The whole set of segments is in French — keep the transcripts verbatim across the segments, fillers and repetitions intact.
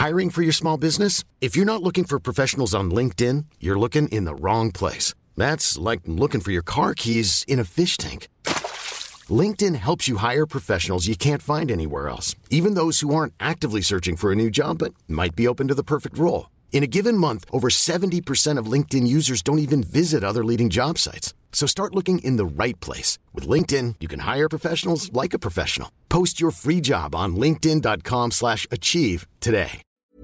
Hiring for your small business? If you're not looking for professionals on LinkedIn, you're looking in the wrong place. That's like looking for your car keys in a fish tank. LinkedIn helps you hire professionals you can't find anywhere else, even those who aren't actively searching for a new job but might be open to the perfect role. In a given month, over seventy percent of LinkedIn users don't even visit other leading job sites. So start looking in the right place. With LinkedIn, you can hire professionals like a professional. Post your free job on linkedin dot com slash achieve today.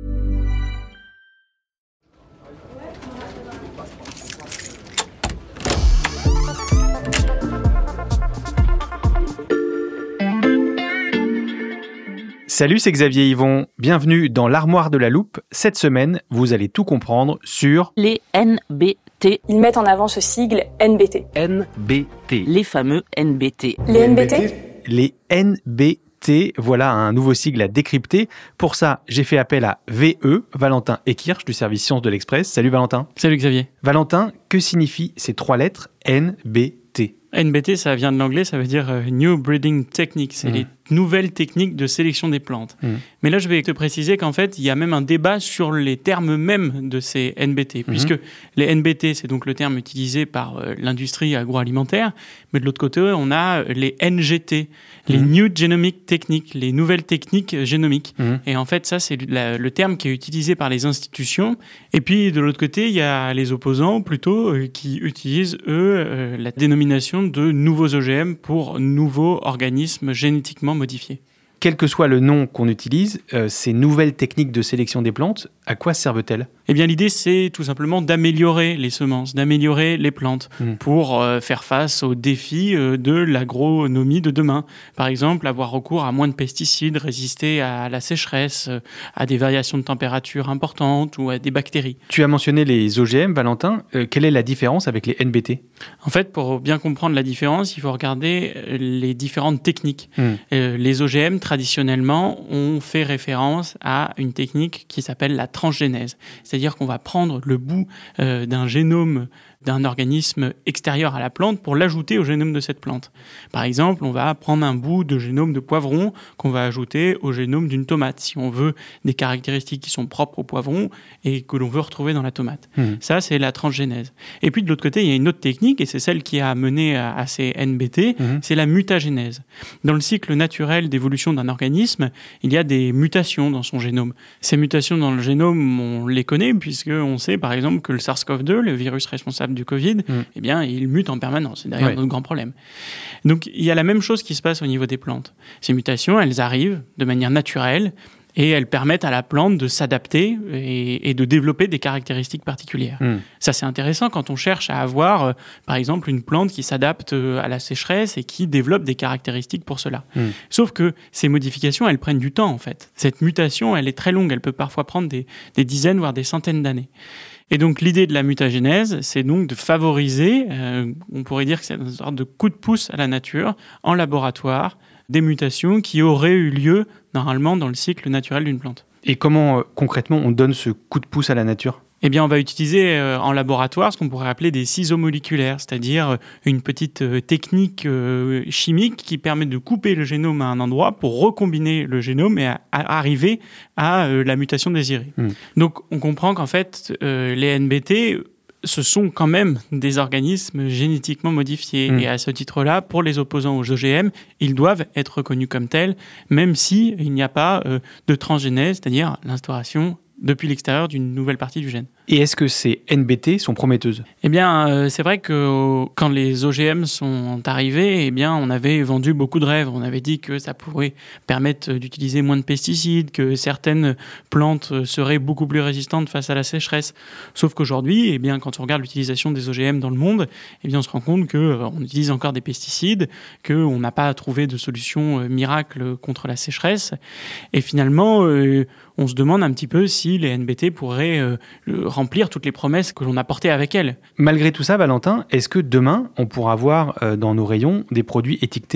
Salut, c'est Xavier Yvon. Bienvenue dans l'Armoire de la Loupe. Cette semaine, vous allez tout comprendre sur les N B T. Ils mettent en avant ce sigle N B T. N B T. Les fameux N B T. Les N B T ? Les N B T, voilà un nouveau sigle à décrypter. Pour ça, j'ai fait appel à V E, Valentin Ekirch du service Sciences de l'Express. Salut Valentin. Salut Xavier. Valentin, que signifient ces trois lettres N B T ? N B T, ça vient de l'anglais, ça veut dire euh, New Breeding Technique. C'est mmh. les nouvelles techniques de sélection des plantes. Mmh. Mais là, je vais te préciser qu'en fait, il y a même un débat sur les termes mêmes de ces N B T, mmh. puisque les N B T, c'est donc le terme utilisé par euh, l'industrie agroalimentaire, mais de l'autre côté, on a les N G T, mmh. les New Genomic Techniques, les nouvelles techniques génomiques. Mmh. Et en fait, ça, c'est la, le terme qui est utilisé par les institutions. Et puis, de l'autre côté, il y a les opposants, plutôt, euh, qui utilisent, eux, euh, la dénomination de nouveaux O G M pour nouveaux organismes génétiquement modifiés. Quel que soit le nom qu'on utilise, euh, ces nouvelles techniques de sélection des plantes, à quoi servent-elles ? Eh bien, l'idée, c'est tout simplement d'améliorer les semences, d'améliorer les plantes mmh. pour euh, faire face aux défis euh, de l'agronomie de demain. Par exemple, avoir recours à moins de pesticides, résister à la sécheresse, euh, à des variations de température importantes ou à des bactéries. Tu as mentionné les O G M, Valentin. Euh, quelle est la différence avec les N B T ? En fait, pour bien comprendre la différence, il faut regarder les différentes techniques. Mmh. Euh, les O G M, traditionnellement, ont fait référence à une technique qui s'appelle la transgénèse. C'est-à-dire qu'on va prendre le bout euh, d'un génome d'un organisme extérieur à la plante pour l'ajouter au génome de cette plante. Par exemple, on va prendre un bout de génome de poivron qu'on va ajouter au génome d'une tomate, si on veut des caractéristiques qui sont propres au poivron et que l'on veut retrouver dans la tomate. Mmh. Ça, c'est la transgénèse. Et puis, de l'autre côté, il y a une autre technique, et c'est celle qui a mené à, à ces N B T, mmh. c'est la mutagénèse. Dans le cycle naturel d'évolution d'un organisme, il y a des mutations dans son génome. Ces mutations dans le génome, on les connaît, puisqu'on sait, par exemple, que le SARS-CoV deux, le virus responsable du Covid, mmh. eh bien, il mute en permanence. C'est d'ailleurs ouais. notre grand problème. Donc, il y a la même chose qui se passe au niveau des plantes. Ces mutations, elles arrivent de manière naturelle et elles permettent à la plante de s'adapter et, et de développer des caractéristiques particulières. Mmh. Ça, c'est intéressant quand on cherche à avoir, euh, par exemple, une plante qui s'adapte à la sécheresse et qui développe des caractéristiques pour cela. Mmh. Sauf que ces modifications, elles prennent du temps, en fait. Cette mutation, elle est très longue. Elle peut parfois prendre des, des dizaines, voire des centaines d'années. Et donc, l'idée de la mutagénèse, c'est donc de favoriser, euh, on pourrait dire que c'est une sorte de coup de pouce à la nature, en laboratoire, des mutations qui auraient eu lieu, normalement, dans le cycle naturel d'une plante. Et comment, euh, concrètement, on donne ce coup de pouce à la nature ? Eh bien, on va utiliser euh, en laboratoire ce qu'on pourrait appeler des ciseaux moléculaires, c'est-à-dire une petite euh, technique euh, chimique qui permet de couper le génome à un endroit pour recombiner le génome et à, à arriver à euh, la mutation désirée. Mmh. Donc, on comprend qu'en fait, euh, les N B T, ce sont quand même des organismes génétiquement modifiés. Mmh. Et à ce titre-là, pour les opposants aux O G M, ils doivent être reconnus comme tels, même s'il n'y a pas euh, de transgénèse, c'est-à-dire l'instauration depuis l'extérieur d'une nouvelle partie du gène. Et est-ce que ces N B T sont prometteuses ? Eh bien, euh, c'est vrai que euh, quand les O G M sont arrivés, eh bien, on avait vendu beaucoup de rêves. On avait dit que ça pourrait permettre d'utiliser moins de pesticides, que certaines plantes seraient beaucoup plus résistantes face à la sécheresse. Sauf qu'aujourd'hui, eh bien, quand on regarde l'utilisation des O G M dans le monde, eh bien, on se rend compte qu'on euh, utilise encore des pesticides, qu'on n'a pas trouvé de solution euh, miracle contre la sécheresse. Et finalement, euh, on se demande un petit peu si les N B T pourraient euh, remplir toutes les promesses que l'on a portées avec elles. Malgré tout ça, Valentin, est-ce que demain, on pourra voir euh, dans nos rayons des produits étiquetés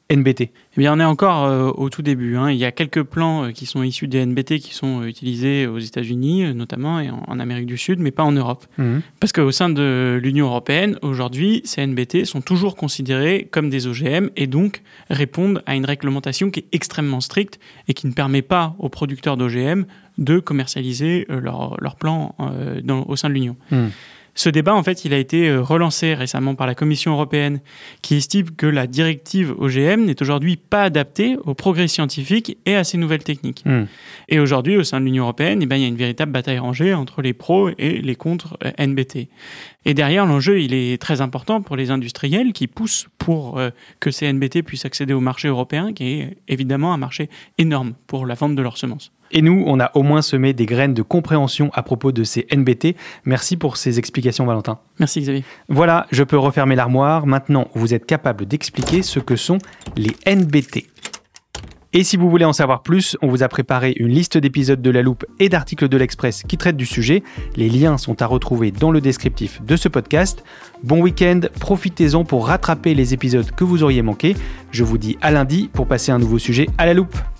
N B T ? Eh bien, on est encore euh, au tout début. Hein. Il y a quelques plans euh, qui sont issus des N B T qui sont euh, utilisés aux États-Unis, euh, notamment, et en, en Amérique du Sud, mais pas en Europe. Mmh. Parce qu'au sein de l'Union européenne, aujourd'hui, ces N B T sont toujours considérés comme des O G M et donc répondent à une réglementation qui est extrêmement stricte et qui ne permet pas aux producteurs d'O G M de commercialiser euh, leurs leur plans euh, dans, au sein de l'Union. Mmh. Ce débat, en fait, il a été relancé récemment par la Commission européenne qui estime que la directive O G M n'est aujourd'hui pas adaptée aux progrès scientifiques et à ces nouvelles techniques. Mmh. Et aujourd'hui, au sein de l'Union européenne, eh ben, il y a une véritable bataille rangée entre les pros et les contre N B T. Et derrière, l'enjeu, il est très important pour les industriels qui poussent pour euh, que ces N B T puissent accéder au marché européen, qui est évidemment un marché énorme pour la vente de leurs semences. Et nous, on a au moins semé des graines de compréhension à propos de ces N B T. Merci pour ces explications, Valentin. Merci, Xavier. Voilà, je peux refermer l'armoire. Maintenant, vous êtes capable d'expliquer ce que sont les N B T. Et si vous voulez en savoir plus, on vous a préparé une liste d'épisodes de La Loupe et d'articles de l'Express qui traitent du sujet. Les liens sont à retrouver dans le descriptif de ce podcast. Bon week-end, profitez-en pour rattraper les épisodes que vous auriez manqués. Je vous dis à lundi pour passer un nouveau sujet à La Loupe.